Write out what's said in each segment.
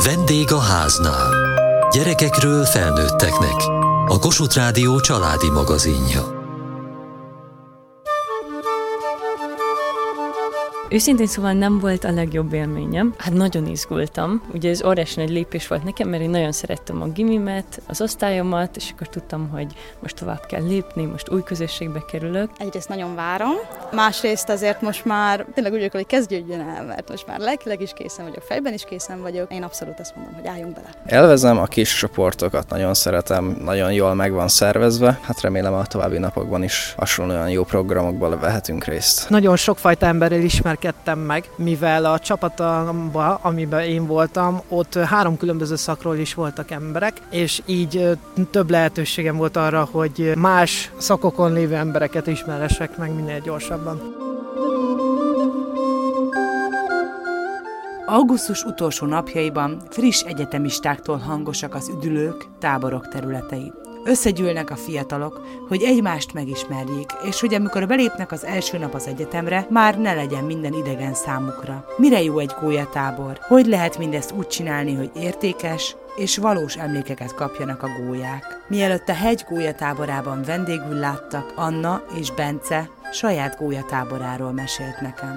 Vendég a háznál. Gyerekekről felnőtteknek. A Kossuth Rádió családi magazinja. Őszintén szóval nem volt a legjobb élményem. Hát nagyon izgultam. Ugye ez óriási nagy lépés volt nekem, mert én nagyon szerettem a gimimet, az osztályomat, és akkor tudtam, hogy most tovább kell lépni, most új közösségbe kerülök. Egyrészt nagyon várom, másrészt azért most már tényleg úgy vagyok, hogy kezdődjön el, mert most már lelkileg is készen vagyok, fejben is készen vagyok. Én abszolút azt mondom, hogy álljunk bele. Élvezem a kis csoportokat, nagyon szeretem, nagyon jól meg van szervezve. Hát remélem a további napokban is hasonlóan jó programokban vehetünk részt. Nagyon sokfajta emberrel ismerkedtem meg, mivel a csapatomban, amiben én voltam, ott 3 különböző szakról is voltak emberek, és így több lehetőségem volt arra, hogy más szakokon lévő embereket ismerhessek meg minél gyorsabban. Augusztus utolsó napjaiban friss egyetemistáktól hangosak az üdülők, táborok területei. Összegyűlnek a fiatalok, hogy egymást megismerjék, és hogy amikor belépnek az első nap az egyetemre, már ne legyen minden idegen számukra. Mire jó egy gólyatábor? Hogy lehet mindezt úgy csinálni, hogy értékes és valós emlékeket kapjanak a gólyák? Mielőtt a hegy gólyatáborában vendégül láttak, Anna és Bence saját gólyatáboráról mesélt nekem.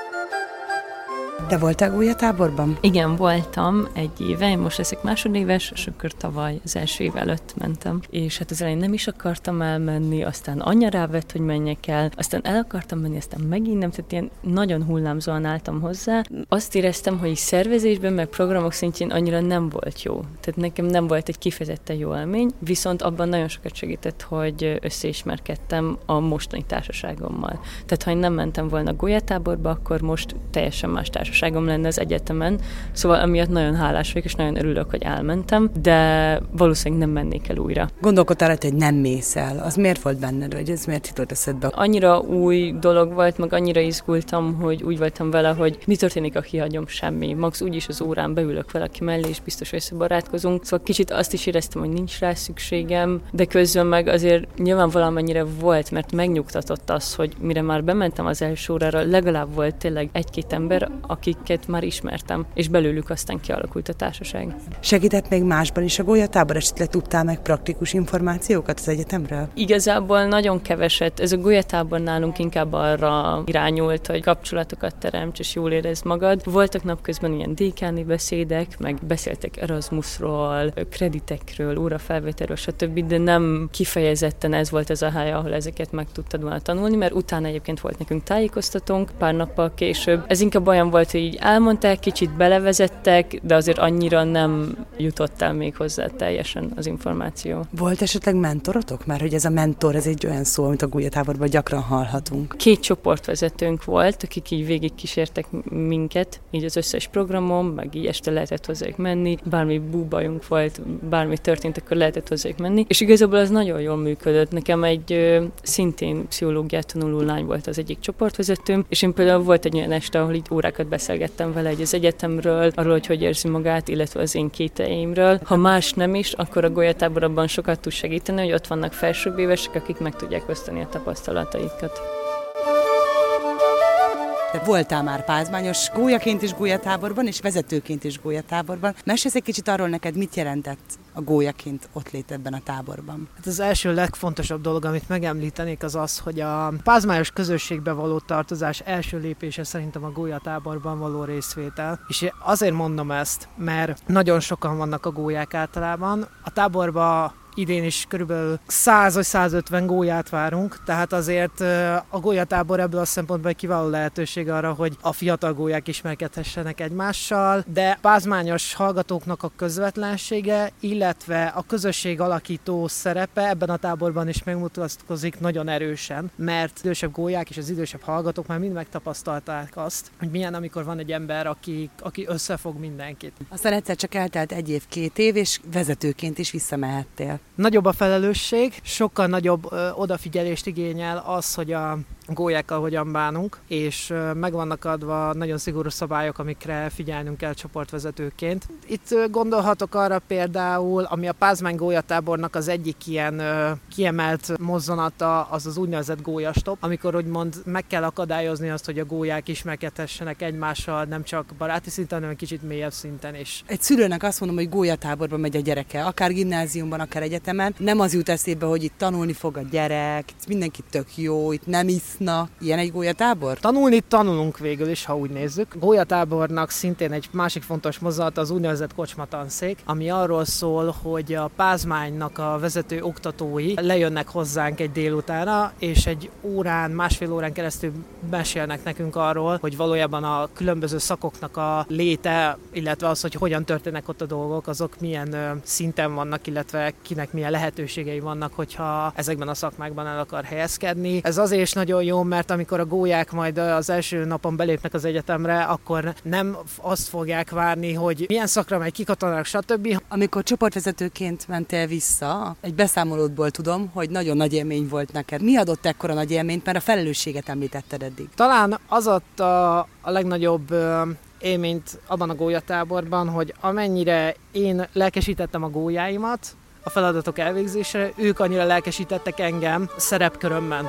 Te voltál gólyatáborban? Igen, voltam egy éve, én most leszek másodéves, és akkor tavaly az első év előtt mentem. És hát az elején nem is akartam elmenni, aztán anya rávett, hogy menjek el, aztán el akartam menni, aztán megint nem, tehát ilyen nagyon hullámzóan álltam hozzá. Azt éreztem, hogy szervezésben, meg programok szintjén annyira nem volt jó. Tehát nekem nem volt egy kifejezetten jó élmény, viszont abban nagyon sokat segített, hogy összeismerkedtem a mostani társaságommal. Tehát ha én nem mentem volna gólyatáborba, akkor most teljesen más társaságom lenne az egyetemen, szóval amiatt nagyon hálás vagyok, és nagyon örülök, hogy elmentem, de valószínűleg nem mennék el újra. Gondolkodtál rá, hogy nem mész el. Az miért volt benned, hogy ez miért jutott eszedbe? Annyira új dolog volt, meg annyira izgultam, hogy úgy voltam vele, hogy mi történik, ha kihagyom, semmi. Max úgyis az órán beülök valaki mellé, és biztos összebarátkozunk. Szóval kicsit azt is éreztem, hogy nincs rá szükségem, de közben meg azért nyilván valamennyire volt, mert megnyugtatott az, hogy mire már bementem az első órára, legalább volt tényleg 1-2 ember, akiket már ismertem, és belőlük aztán kialakult a társaság. Segített még másban is a gólyatábor? Esetleg tudtál meg praktikus információkat az egyetemről? Igazából nagyon keveset. Ez a gólyatábor nálunk inkább arra irányult, hogy kapcsolatokat teremts, és jól érezd magad. Voltak napközben ilyen dékáni beszédek, meg beszéltek Erasmusról, kreditekről, órafelvételről, stb., de nem kifejezetten ez volt az a hely, ahol ezeket meg tudtad volna tanulni, mert utána egyébként volt nekünk tájékoztatónk pár nappal később. Ez inkább olyan volt, hogy így elmondták, kicsit belevezettek, de azért annyira nem jutott el még hozzá teljesen az információ. Volt esetleg mentorotok? Mert hogy ez a mentor, ez egy olyan szó, amit a gólyatáborban gyakran hallhatunk. 2 csoportvezetőnk volt, akik így végigkísértek minket, így az összes programon, meg így este lehetett hozzájuk menni, bármi búbajunk volt, bármi történt, akkor lehetett hozzájuk menni, és igazából az nagyon jól működött. Nekem egy szintén pszichológiát tanuló lány volt az egyik csoportvezetőm, és én például volt egy olyan este, ahol így órákat beszélgettem vele az egyetemről, arról, hogy érzi magát, illetve az én kételjeimről. Ha más nem is, akkor a gólyatáborban sokat tud segíteni, hogy ott vannak felsőbb évesek, akik meg tudják osztani a tapasztalataikat. Te voltál már pázmányos gólyaként is gólyatáborban, és vezetőként is gólyatáborban. Mesélj egy kicsit arról neked, mit jelentett a gólyaként ott lét ebben a táborban? Hát az első legfontosabb dolog, amit megemlítenék, az az, hogy a pázmányos közösségbe való tartozás első lépése szerintem a gólyatáborban való részvétel. És azért mondom ezt, mert nagyon sokan vannak a gólyák általában. A táborban idén is körülbelül 100 vagy 150 gólyát várunk, tehát azért a gólyatábor ebből a szempontból egy kiváló lehetőség arra, hogy a fiatal gólyák ismerkedhessenek egymással, de pázmányos hallgatóknak a közvetlensége, illetve a közösség alakító szerepe ebben a táborban is megmutatkozik nagyon erősen, mert idősebb gólyák és az idősebb hallgatók már mind megtapasztalták azt, hogy milyen, amikor van egy ember, aki összefog mindenkit. Aztán egyszer csak eltelt 1 év, 2 év, és vezetőként is visszamehettél. Nagyobb a felelősség, sokkal nagyobb odafigyelést igényel az, hogy a gólyákkal hogyan bánunk, és meg vannak adva nagyon szigorú szabályok, amikre figyelnünk kell csoportvezetőként. Itt gondolhatok arra például, ami a Pázmány gólyatábornak az egyik ilyen kiemelt mozzanata, az az úgynevezett gólyastop, amikor úgymond meg kell akadályozni azt, hogy a gólyák ismerkedhessenek egymással, nem csak baráti szinten, hanem kicsit mélyebb szinten is. Egy szülőnek azt mondom, hogy gólyatáborba megy a gyereke, akár gimnáziumban, akár egyetemen, nem az jut eszébe, hogy itt tanulni fog a gyerek, itt mindenki tök jó, itt nem isznak. Ilyen egy gólyatábor? Tanulni tanulunk végül is, ha úgy nézzük. Gólyatábornak szintén egy másik fontos mozzanat az úgynevezett kocsmatanszék, ami arról szól, hogy a Pázmánynak a vezető oktatói lejönnek hozzánk egy délutánra, és egy órán, másfél órán keresztül mesélnek nekünk arról, hogy valójában a különböző szakoknak a léte, illetve az, hogy hogyan történnek ott a dolgok, azok milyen szinten vannak, illetve kinek milyen lehetőségei vannak, hogyha ezekben a szakmákban el akar helyezkedni. Ez azért is nagyon jó, mert amikor a gólyák majd az első napon belépnek az egyetemre, akkor nem azt fogják várni, hogy milyen szakra megy, kik a tanárok, stb. Amikor csoportvezetőként mentél vissza, egy beszámolódból tudom, hogy nagyon nagy élmény volt neked. Mi adott ekkora nagy élményt, mert a felelősséget említetted eddig? Talán az adta a legnagyobb élményt abban a gólyatáborban, hogy amennyire én lelkesítettem a gólyáimat a feladatok elvégzésre, ők annyira lelkesítettek engem szerepkörömben.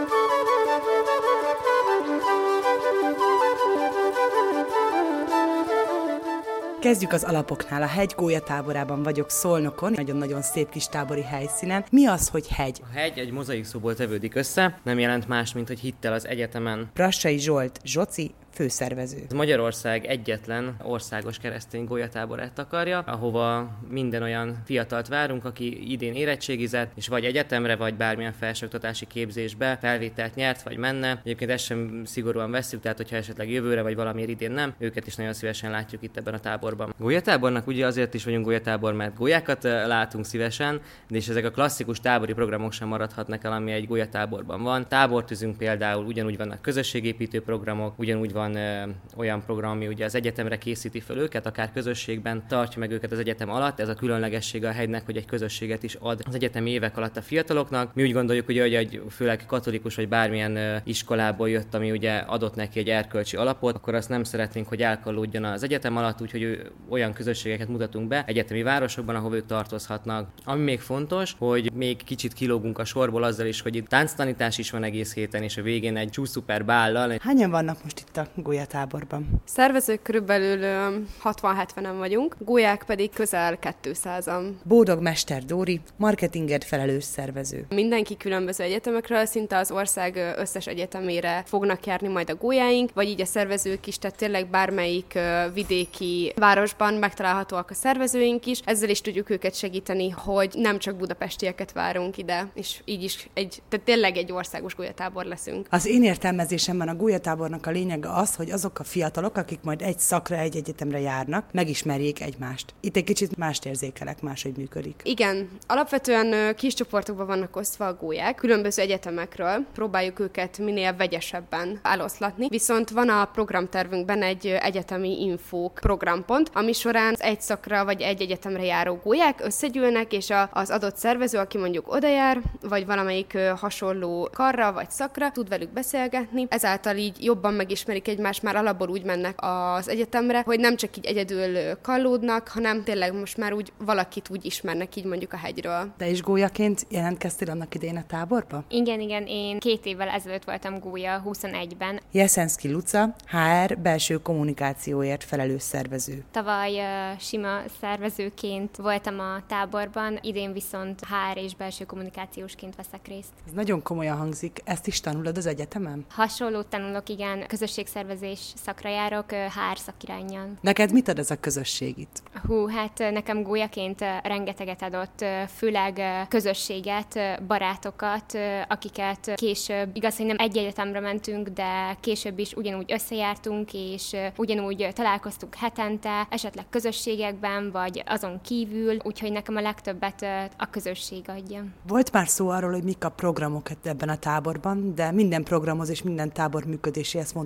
Kezdjük az alapoknál. A hegy gólyatáborában vagyok Szolnokon, nagyon-nagyon szép kis tábori helyszínen. Mi az, hogy hegy? A hegy egy mozaik szóból tevődik össze, nem jelent más, mint hogy hittel az egyetemen. Brassai Zsolt, Zsoci, főszervező. Magyarország egyetlen országos keresztény gólyatáborát takarja, ahova minden olyan fiatalt várunk, aki idén érettségizett, és vagy egyetemre, vagy bármilyen felsőoktatási képzésbe felvételt nyert, vagy menne. Egyébként ezt sem szigorúan vesszük, tehát hogyha esetleg jövőre, vagy valamiért idén nem, őket is nagyon szívesen látjuk itt ebben a táborban. Gólyatábornak ugye azért is vagyunk gólyatábor, mert gólyákat látunk szívesen, de és ezek a klasszikus tábori programok sem maradhatnak el, ami egy gólyatáborban van. Tábortűzünk például, ugyanúgy vannak közösségépítő programok, ugyanúgy van olyan program, ami ugye az egyetemre készíti fel őket, akár közösségben tartja meg őket az egyetem alatt. Ez a különlegessége a hegynek, hogy egy közösséget is ad az egyetemi évek alatt a fiataloknak. Mi úgy gondoljuk, ugye, hogy egy főleg katolikus vagy bármilyen iskolából jött, ami ugye adott neki egy erkölcsi alapot, akkor azt nem szeretnénk, hogy elkallódjon az egyetem alatt, úgyhogy olyan közösségeket mutatunk be egyetemi városokban, ahol ők tartozhatnak. Ami még fontos, hogy még kicsit kilógunk a sorból azzal is, hogy itt tánctanítás is van egész héten, és a végén egy csúszszuper bállal. Hányan vannak most itt a gólyatáborban? Szervezők körülbelül 60-70-en vagyunk, gólyák pedig közel 200-an. Bódog Mester Dóri, marketingért felelős szervező. Mindenki különböző egyetemekről, szinte az ország összes egyetemére fognak járni majd a gólyáink, vagy így a szervezők is, tehát tényleg bármelyik vidéki városban megtalálhatóak a szervezőink is. Ezzel is tudjuk őket segíteni, hogy nem csak budapestieket várunk ide, és így is tehát tényleg egy országos gólyatábor leszünk. Az én értelmezésemben a gólyatábornak a lényege az, hogy azok a fiatalok, akik majd egy szakra, egy egyetemre járnak, megismerjék egymást. Itt egy kicsit mást érzékelek, máshogy működik. Igen, alapvetően kis csoportokban vannak osztva a gólyák, különböző egyetemekről, próbáljuk őket minél vegyesebben eloszlatni, viszont van a programtervünkben egy egyetemi infók programpont, ami során egy szakra vagy egy egyetemre járó gólyák összegyűlnek, és az adott szervező, aki mondjuk odajár, vagy valamelyik hasonló karra vagy szakra, tud velük beszélgetni, ezáltal így jobban megismerik egymást, már alapból úgy mennek az egyetemre, hogy nem csak így egyedül kallódnak, hanem tényleg most már úgy valakit úgy ismernek így mondjuk a hegyről. Te is gólyaként jelentkeztél annak idején a táborba? Igen, én 2 évvel ezelőtt voltam gólya, 21-ben. Jeszenszky Luca, HR belső kommunikációért felelős szervező. Tavaly sima szervezőként voltam a táborban, idén viszont HR és belső kommunikációsként veszek részt. Ez nagyon komolyan hangzik, ezt is tanulod az egyetemen? Hasonlót tanulok, igen, közösségszervezés szakra járok, HR szakiránnyal. Neked mit ad ez a közösség itt? Hát nekem gólyaként rengeteget adott, főleg közösséget, barátokat, akiket később, igaz, hogy nem egy egyetemre mentünk, de később is ugyanúgy összejártunk, és ugyanúgy találkoztunk hetente, esetleg közösségekben, vagy azon kívül, úgyhogy nekem a legtöbbet a közösség adja. Volt már szó arról, hogy mik a programok ebben a táborban, de minden programhoz és minden tábor működéséhez fontos az, hogy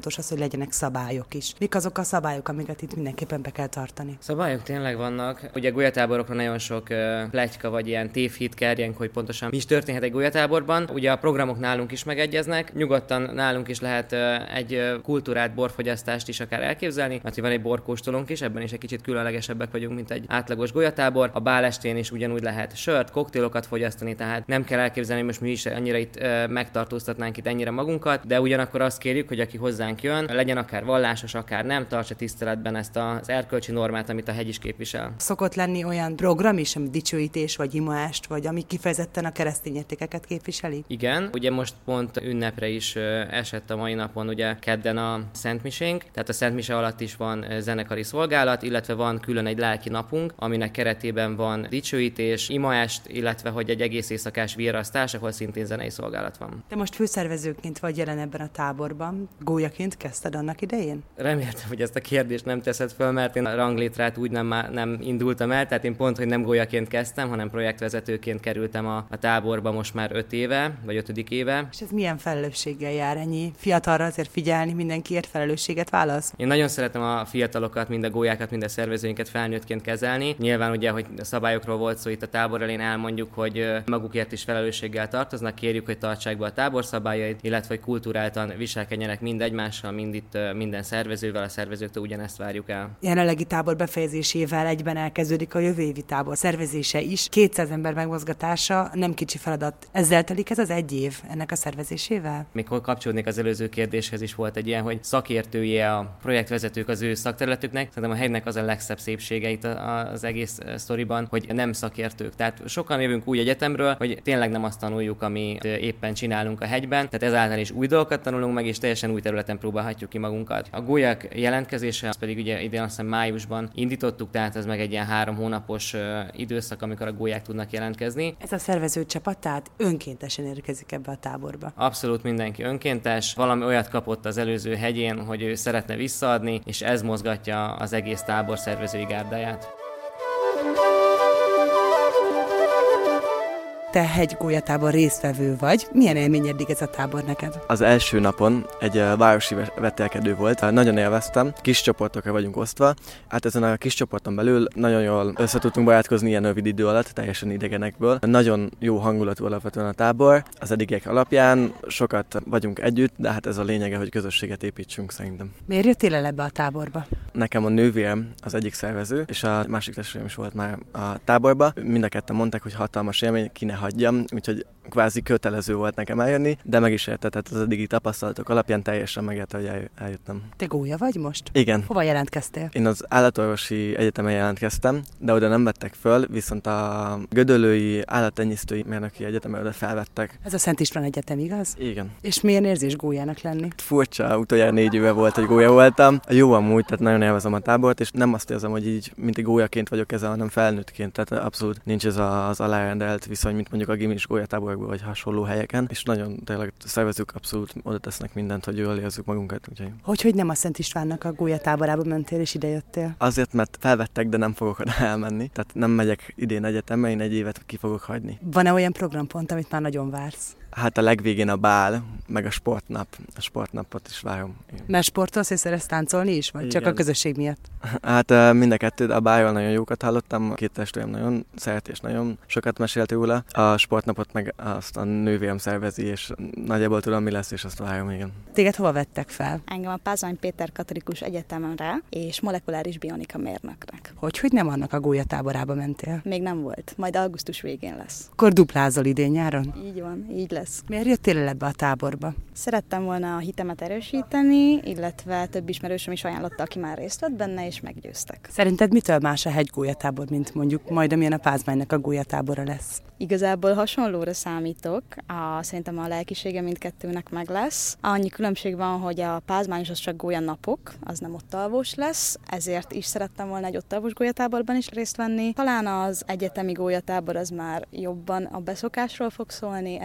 legyenek szabályok is. Mik azok a szabályok, amiket itt mindenképpen be kell tartani? Szabályok tényleg vannak. Ugye golyatáborokra nagyon sok pletyka vagy ilyen tévhit kerjenk, hogy pontosan mi is történhet egy golyatáborban. Ugye a programok nálunk is megegyeznek, nyugodtan nálunk is lehet egy kultúrát, borfogyasztást is akár elképzelni, mert van egy borkóstolónk is, ebben is egy kicsit különlegesebbek vagyunk, mint egy átlagos golyatábor. A bálestén is ugyanúgy lehet sört, koktélokat fogyasztani, tehát nem kell elképzelni, hogy most mi is annyira itt megtartóztatnánk itt ennyire magunkat, de ugyanakkor azt kérjük, hogy aki hozzánk jön, legyen akár vallásos, akár nem, tartsa tiszteletben ezt az erkölcsi normát, amit a hegy is képvisel. Szokott lenni olyan program is, ami dicsőítés vagy imaást, vagy ami kifejezetten a keresztény értékeket képviseli? Igen, ugye most pont ünnepre is esett a mai napon, ugye kedden a Szentmisénk, tehát a Szentmise alatt is van zenekari szolgálat, illetve van külön egy lelki napunk, aminek keretében van dicsőítés, imaest, illetve hogy egy egész éjszakás virrasztás, ahol szintén zenei szolgálat van. Te most főszervezőként vagy jelen ebben a táborban. Gólyaként kezdted annak idején? Reméltem, hogy ezt a kérdést nem teszed föl, mert én a ranglétrát úgy nem indultam el, tehát én pont, hogy nem gólyaként kezdtem, hanem projektvezetőként kerültem a táborba most már 5 éve, vagy 5. éve. És ez milyen felelősséggel jár ennyi fiatalra azért figyelni, mindenkiért felelősséget válasz? Én nagyon szeretem a fiatalokat, mind a gólyákat, mind a szervezőinket felnőttként kezelni. Nyilván ugye, hogy a szabályokról volt szó itt a tábor elején, elmondjuk, hogy magukért is felelősséggel tartoznak, kérjük, hogy tartsák be a tábor szabályait, illetve hogy kulturáltan viselkedjenek mind egymással, mind itt minden szervezővel, a szervezőktől ugyanezt várjuk el. Jelenlegi tábor befejezésével egyben elkezdődik a jövő évi tábor szervezése is. 200 ember megmozgatása nem kicsi feladat. Ezzel telik ez az 1 év ennek a szervezésével? Mikor kapcsolódnék az előző kérdéshez is volt egy ilyen, hogy szakértője a projektvezetők az ő szakterületüknek. Szerintem a hegynek az a legszebb szépsége itt az egész sztoriban, hogy nem szakértők. Tehát sokan jövünk úgy egyetemről, hogy tényleg nem azt tanuljuk, amit éppen csinálunk a hegyben. Tehát ezáltal is új dolgokat tanulunk meg, és teljesen új területen próbálhatjuk ki magunkat. A gólyak jelentkezése, az pedig ugye idén azt hiszem májusban indítottuk, tehát ez meg egy ilyen 3 hónapos időszak, amikor a gólyák tudnak jelentkezni. Ez a szervező csapat tehát önkéntesen érkezik ebbe a táborba. Abszolút mindenki önkéntes, valami olyat kapott az előző hegyén, hogy ő szeretne visszaadni, és ez mozgatja az egész tábor szervezői gárdáját. Te hegygólyatábor résztvevő vagy. Milyen élmény eddig ez a tábor neked? Az első napon egy városi vetélkedő volt. Nagyon élveztem. Kis csoportokra vagyunk osztva. Hát ezen a kis csoporton belül nagyon jól össze tudtunk barátkozni ilyen rövid idő alatt, teljesen idegenekből. Nagyon jó hangulatú alapvetően a tábor. Az eddigiek alapján sokat vagyunk együtt, de hát ez a lényege, hogy közösséget építsünk szerintem. Miért jöttél el ebbe a táborba? Nekem a nővérem az egyik szervező, és a másik testvérem is volt már a táborba. Mind a ketten mondták, hogy hatalmas élmény, ki ne hagyjam, úgyhogy kvázi kötelező volt nekem eljönni, de meg is érte, tehát az eddigi tapasztalatok alapján teljesen megérte, hogy eljöttem. Te gólya vagy most? Igen. Hova jelentkeztél? Én az állatorvosi egyetemen jelentkeztem, de oda nem vettek föl, viszont a Gödöllői Állattenyésztői Mérnöki Egyetemen oda felvettek. Ez a Szent István Egyetem, igaz? Igen. És milyen érzés gólyának lenni? Furcsa, utoljára 4 éve volt, hogy gólya voltam. Jó amúgy, tehát nagyon élvezem a tábort, és nem azt érzem, hogy így mint egy gólyaként vagyok ezzel, hanem felnőttként. Tehát abszolút nincs ez az alárendelt viszony, mint mondjuk a gimis gólyatáborokban vagy hasonló helyeken, és nagyon tényleg szervezők abszolút oda tesznek mindent, hogy jól érezzük magunkat. Úgyhogy. Hogy nem a Szent Istvánnak a gólyatáborába mentél és idejöttél? Azért, mert felvettek, de nem fogok oda elmenni. Tehát nem megyek idén egyetemre, én 1 évet ki fogok hagyni. Van-e olyan programpont, amit már nagyon vársz? Hát a legvégén a bál, meg a sportnap. A sportnapot is várom. Mert sportolsz és szeretsz táncolni is, vagy igen. Csak a közösség miatt? Hát mind a kettő, a bálról nagyon jókat hallottam, 2 testvérem nagyon szeret és nagyon sokat mesélt róla. A sportnapot meg azt a nővérem szervezi, és nagyjából tudom, mi lesz, és azt várom, igen. Téged hova vettek fel? Engem a Pázmány Péter Katolikus Egyetemre és molekuláris bionika mérnöknek. Hogy nem annak a gólyatáborába mentél? Még nem volt, majd augusztus végén lesz. Akkor duplázol idén nyáron? Így van, így lesz. Miért jöttél el ebbe a táborba? Szerettem volna a hitemet erősíteni, illetve több ismerősöm is ajánlotta, aki már részt vett benne, és meggyőztek. Szerinted mitől más a hegygólyatábor, mint mondjuk majd amilyen a Pázmánynak a gólyatábora lesz? Igazából hasonlóra számítok, szerintem a lelkisége mindkettőnek meg lesz. Annyi különbség van, hogy a Pázmányos az csak gólyanapok, az nem ott alvós lesz, ezért is szerettem volna egy ott alvós gólyatáborban is részt venni. Talán az egyetemi gólyatábor az már jobban a beszokásról fog szólni, ez pedig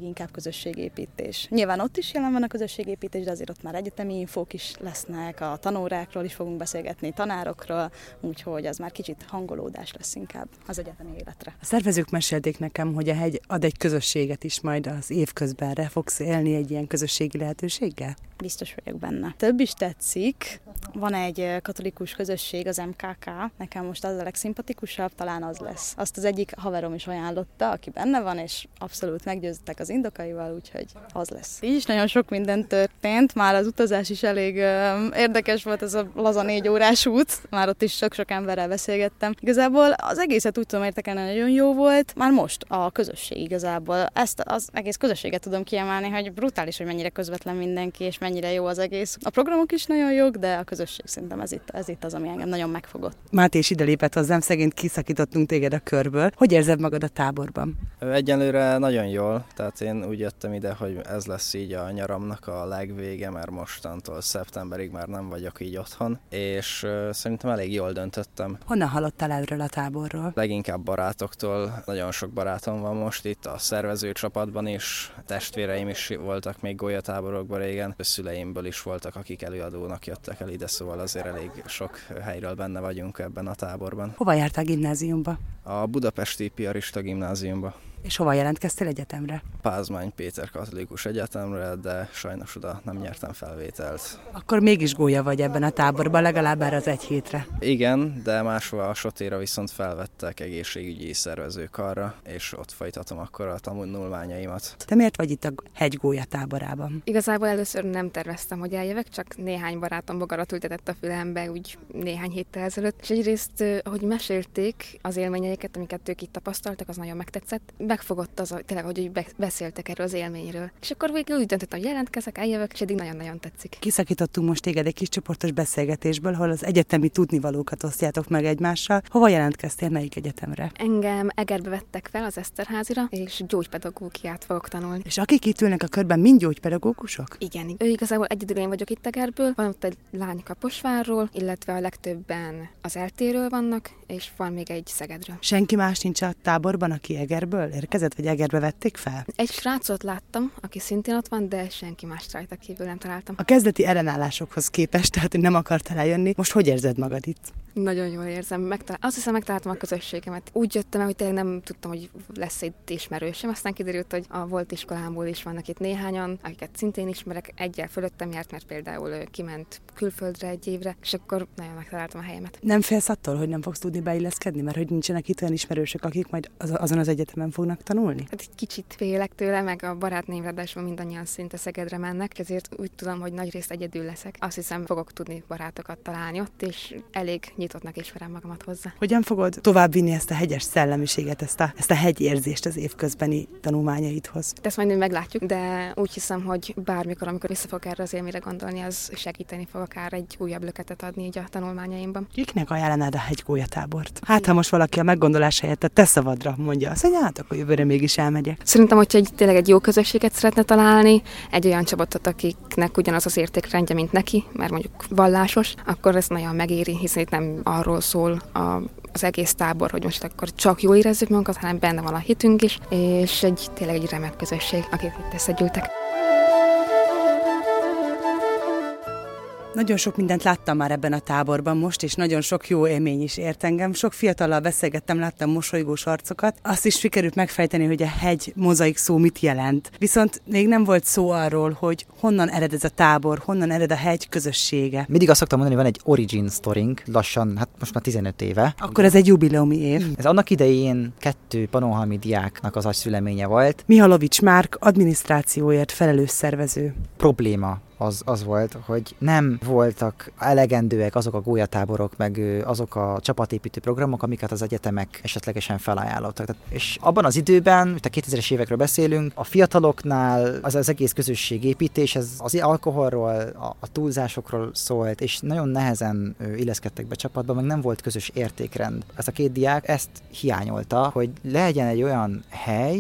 inkább közösségépítés. Nyilván ott is jelen van a közösségépítés, de azért ott már egyetemi infók is lesznek, a tanórákról is fogunk beszélgetni, tanárokról, úgyhogy az már kicsit hangolódás lesz inkább az egyetemi életre. A szervezők mesélték nekem, hogy a hegy ad egy közösséget is majd az évközbenre. Fogsz élni egy ilyen közösségi lehetőséggel? Biztos vagyok benne. Több is tetszik. Van egy katolikus közösség, az MKK. Nekem most az a legszimpatikusabb, talán az lesz. Azt az egyik haverom is ajánlotta, aki benne van, és abszolút meggyőztek az indokaival, úgyhogy az lesz. Így is nagyon sok minden történt. Már az utazás is elég érdekes volt, ez a laza 4 órás út. Már ott is sok-sok emberrel beszélgettem. Igazából az egészet úgy tudom értekelni, nagyon jó volt. Már most a közösség igazából. Ezt az egész közösséget tudom kiemelni, hogy brutális, hogy mennyire közvetlen mindenki, és mennyire jó az egész. A programok is nagyon jók, de a közösség szerintem ez itt az, ami engem nagyon megfogott. Máté is ide lépett hozzám, szegényt kiszakítottunk téged a körből. Hogy érzed magad a táborban? Egyenlőre nagyon jól, tehát én úgy jöttem ide, hogy ez lesz így a nyaramnak a legvége, mert mostantól szeptemberig már nem vagyok így otthon, és szerintem elég jól döntöttem. Honnan hallottál erről a táborról? Leginkább barátoktól, nagyon sok barátom van most itt a szervező csapatban is, testvéreim is voltak még golyatáborokban régen, szüleimből is voltak, akik előadónak jöttek el ide, szóval azért elég sok helyről benne vagyunk ebben a táborban. Hova jártál gimnáziumba? A Budapesti Piarista Gimnáziumba. És hova jelentkeztél egyetemre? Pázmány Péter Katolikus Egyetemre, de sajnos oda nem nyertem felvételt. Akkor mégis gólya vagy ebben a táborban, legalább erre az egy hétre. Igen, de máshol a Sotéra viszont felvettek egészségügyi szervezők arra, és ott folytatom akkor a tanulmányaimat. Te miért vagy itt a hegygólya táborában? Igazából először nem terveztem, hogy eljövök, csak néhány barátom bogarat ültetett a fülembe úgy néhány héttel ezelőtt. És egyrészt, ahogy mesélték az élményeiket, amiket ők itt tapasztaltak, az nagyon megtetszett. Megfogott az, tényleg, hogy beszéltek erről az élményről. És akkor végül úgy döntöttem, hogy jelentkezek, eljövök, és eddig nagyon-nagyon tetszik. Kiszakítottunk most téged egy kis csoportos beszélgetésből, ahol az egyetemi tudnivalókat osztjátok meg egymással. Hova jelentkeztél, melyik egyetemre? Engem Egerbe vettek fel az Eszterházira, és gyógypedagógiát fogok tanulni. És akik itt ülnek a körben, mind gyógypedagógusok? Igen, ő igazából egyedül én vagyok itt Egerből, van ott egy lány Kaposvárról, illetve a legtöbben az Eltéről vannak, és van még egy Szegedről. Senki más nincs a táborban, aki Egerből érkezett, vagy Egerbe vették fel? Egy srácot láttam, aki szintén ott van, de senki más rajta kívül nem találtam. A kezdeti ellenállásokhoz képest, tehát hogy nem akartál eljönni, most hogy érzed magad itt? Nagyon jól érzem. Azt hiszem, megtaláltam a közösségemet. Úgy jöttem el, hogy tényleg nem tudtam, hogy lesz itt ismerősöm. Aztán kiderült, hogy a volt iskolámból is vannak itt néhányan, akiket szintén ismerek. Egyel fölöttem járt, mert például kiment külföldre egy évre, és akkor nagyon megtaláltam a helyemet. Nem félsz attól, hogy nem fogsz tudni beilleszkedni, mert hogy nincsenek itt olyan ismerősök, akik majd azon az egyetemen fognak tanulni? Hát egy kicsit félek tőle, meg a barátnőim ráadásul mindannyian szinte Szegedre mennek, ezért úgy tudom, hogy nagyrészt egyedül leszek. Azt hiszem, fogok tudni barátokat találni ott, és elég nyitottnak ismerem magamat hozzá. Hogyan fogod továbbvinni ezt a hegyes szellemiséget, ezt a hegyérzést az évközbeni tanulmányaidhoz? Ezt majd meglátjuk, de úgy hiszem, hogy bármikor, amikor vissza fogok erre az élményre gondolni, az segíteni fog akár egy újabb löketet adni így a tanulmányaimban. Kiknek ajánlanád a hegygólyatábort? Hát, ha most valaki a meggondolás helyett a te szavadra mondja, azt mondja, hát akkor jövőre mégis elmegyek. Szerintem, hogyha tényleg egy jó közösséget szeretne találni, egy olyan csapatot, akiknek ugyanaz az értékrendje, mint neki, mert mondjuk vallásos, akkor ez nagyon megéri, hiszen itt nem arról szól az egész tábor, hogy most akkor csak jól érezzük magunkat, hanem benne van a hitünk is, és tényleg egy remek közösség, akik itt összegyűltek. Nagyon sok mindent láttam már ebben a táborban most, és nagyon sok jó élmény is ért engem. Sok fiatallal beszélgettem, láttam mosolygós arcokat. Azt is sikerült megfejteni, hogy a hegy mozaik szó mit jelent. Viszont még nem volt szó arról, hogy honnan ered ez a tábor, honnan ered a hegy közössége. Mindig azt szoktam mondani, hogy van egy origin sztorink, lassan, hát most már 15 éve. Akkor ez egy jubileumi év. Ez annak idején 2 pannonhalmi diáknak az agyszüleménye volt. Mihalovics Márk, adminisztrációért felelős szervező. Probléma az volt, hogy nem voltak elegendőek azok a gólyatáborok, meg azok a csapatépítő programok, amiket az egyetemek esetlegesen felajánlottak. És abban az időben, itt a 2000-es évekről beszélünk, a fiataloknál az egész közösségépítés, ez az alkoholról, a túlzásokról szólt, és nagyon nehezen illeszkedtek be csapatba, meg nem volt közös értékrend. Ez a 2 diák ezt hiányolta, hogy legyen egy olyan hely,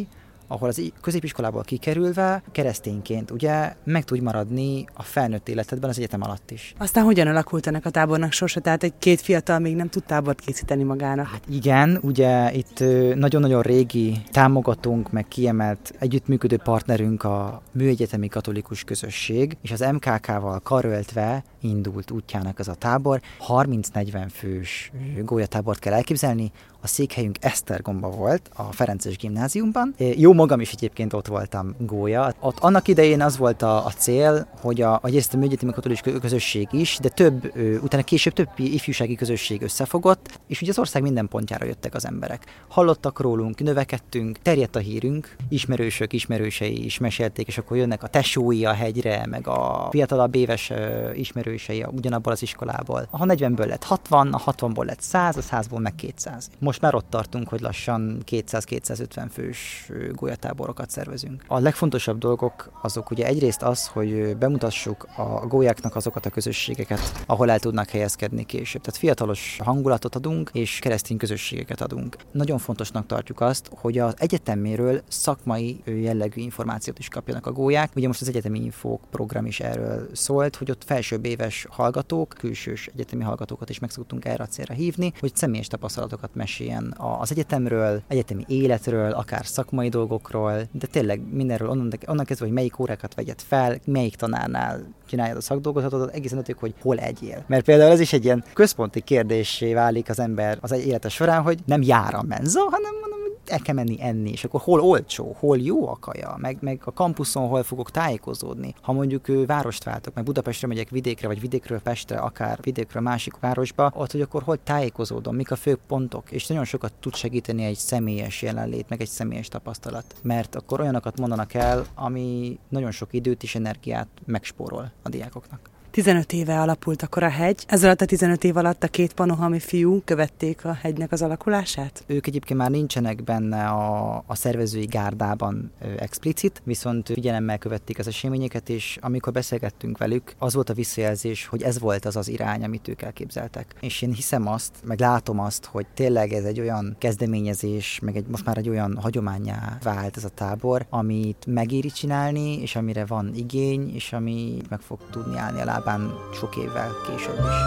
ahol az középiskolából kikerülve keresztényként ugye meg tudj maradni a felnőtt életedben az egyetem alatt is. Aztán hogyan alakult ennek a tábornak sorsa? Tehát két fiatal még nem tud tábort készíteni magának. Hát igen, ugye itt nagyon-nagyon régi támogatónk, meg kiemelt együttműködő partnerünk a Műegyetemi Katolikus Közösség, és az MKK-val karöltve indult útjának ez a tábor. 30-40 fős gólyatábort kell elképzelni. A székhelyünk Esztergomba volt, a Ferences Gimnáziumban. Jó magam is egyébként ott voltam gólya. Ott annak idején az volt a cél, hogy a Műegyetemi Katolikus Közösség is, de utána később több ifjúsági közösség összefogott, és ugye az ország minden pontjára jöttek az emberek. Hallottak rólunk, növekedtünk, terjedt a hírünk, ismerősök, ismerősei is mesélték, és akkor jönnek a tesói a hegyre, meg a fiatalabb éves ismerősei ugyanabból az iskolából. Ha 40-ből lett 60, a 60-ból lett 100, a 100-ból meg 200. Most már ott tartunk, hogy lassan 200-250 fős gólyatáborokat szervezünk. A legfontosabb dolgok azok ugye egyrészt az, hogy bemutassuk a gólyáknak azokat a közösségeket, ahol el tudnak helyezkedni később. Tehát fiatalos hangulatot adunk, és keresztény közösségeket adunk. Nagyon fontosnak tartjuk azt, hogy az egyeteméről szakmai jellegű információt is kapjanak a gólyák. Ugye most az Egyetemi Infók program is erről szólt, hogy ott felsőbb éves hallgatók, külsős egyetemi hallgatókat is meg szoktunk erre a célra hívni, hogy személyes tapasztalatokat meséljen az egyetemről, egyetemi életről, akár szakmai dolgokról, de tényleg mindenről onnan kezdve, hogy melyik órákat vegyed fel, melyik tanárnál csináljad a szakdolgozatot, egészen addig, hogy hol egyél. Mert például ez is egy ilyen központi kérdéssé válik az ember az élete során, hogy nem jár a menza, hanem el kell menni enni, és akkor hol olcsó, hol jó a kaja, meg a kampuszon hol fogok tájékozódni. Ha mondjuk várost váltok, meg Budapestre megyek vidékre, vagy vidékről Pestre, akár vidékről másik városba, ott, hogy akkor hol tájékozódom, mik a fő pontok, és nagyon sokat tud segíteni egy személyes jelenlét, meg egy személyes tapasztalat, mert akkor olyanokat mondanak el, ami nagyon sok időt és energiát megspórol a diákoknak. 15 éve alapult akkor a hegy. Ez alatt a 15 év alatt a két panohami fiú követték a hegynek az alakulását? Ők egyébként már nincsenek benne a szervezői gárdában explicit, viszont figyelemmel követték az eseményeket, és amikor beszélgettünk velük, az volt a visszajelzés, hogy ez volt az az irány, amit ők elképzeltek. És én hiszem azt, meg látom azt, hogy tényleg ez egy olyan kezdeményezés, meg most már egy olyan hagyománnyá vált ez a tábor, amit megéri csinálni, és amire van igény, és ami meg fog tudni állni a lábán sok évvel később is.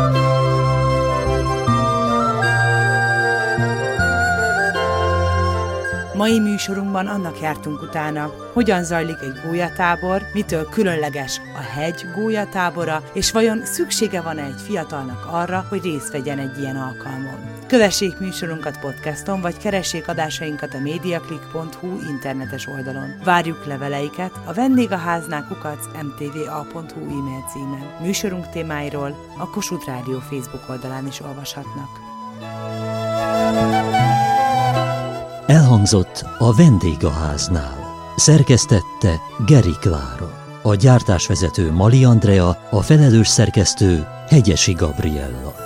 Mai műsorunkban annak jártunk utána, hogyan zajlik egy gólyatábor, mitől különleges a hegy gólyatábora, és vajon szüksége van-e egy fiatalnak arra, hogy részt vegyen egy ilyen alkalmon. Kövessék műsorunkat podcaston, vagy keressék adásainkat a mediaclick.hu internetes oldalon. Várjuk leveleiket a vendégháznál@mtva.hu e-mail címen. Műsorunk témáiról a Kossuth Rádió Facebook oldalán is olvashatnak. Elhangzott a Vendégháznál. Szerkesztette Geri Klára. A gyártásvezető Mali Andrea, a felelős szerkesztő Hegyesi Gabriella.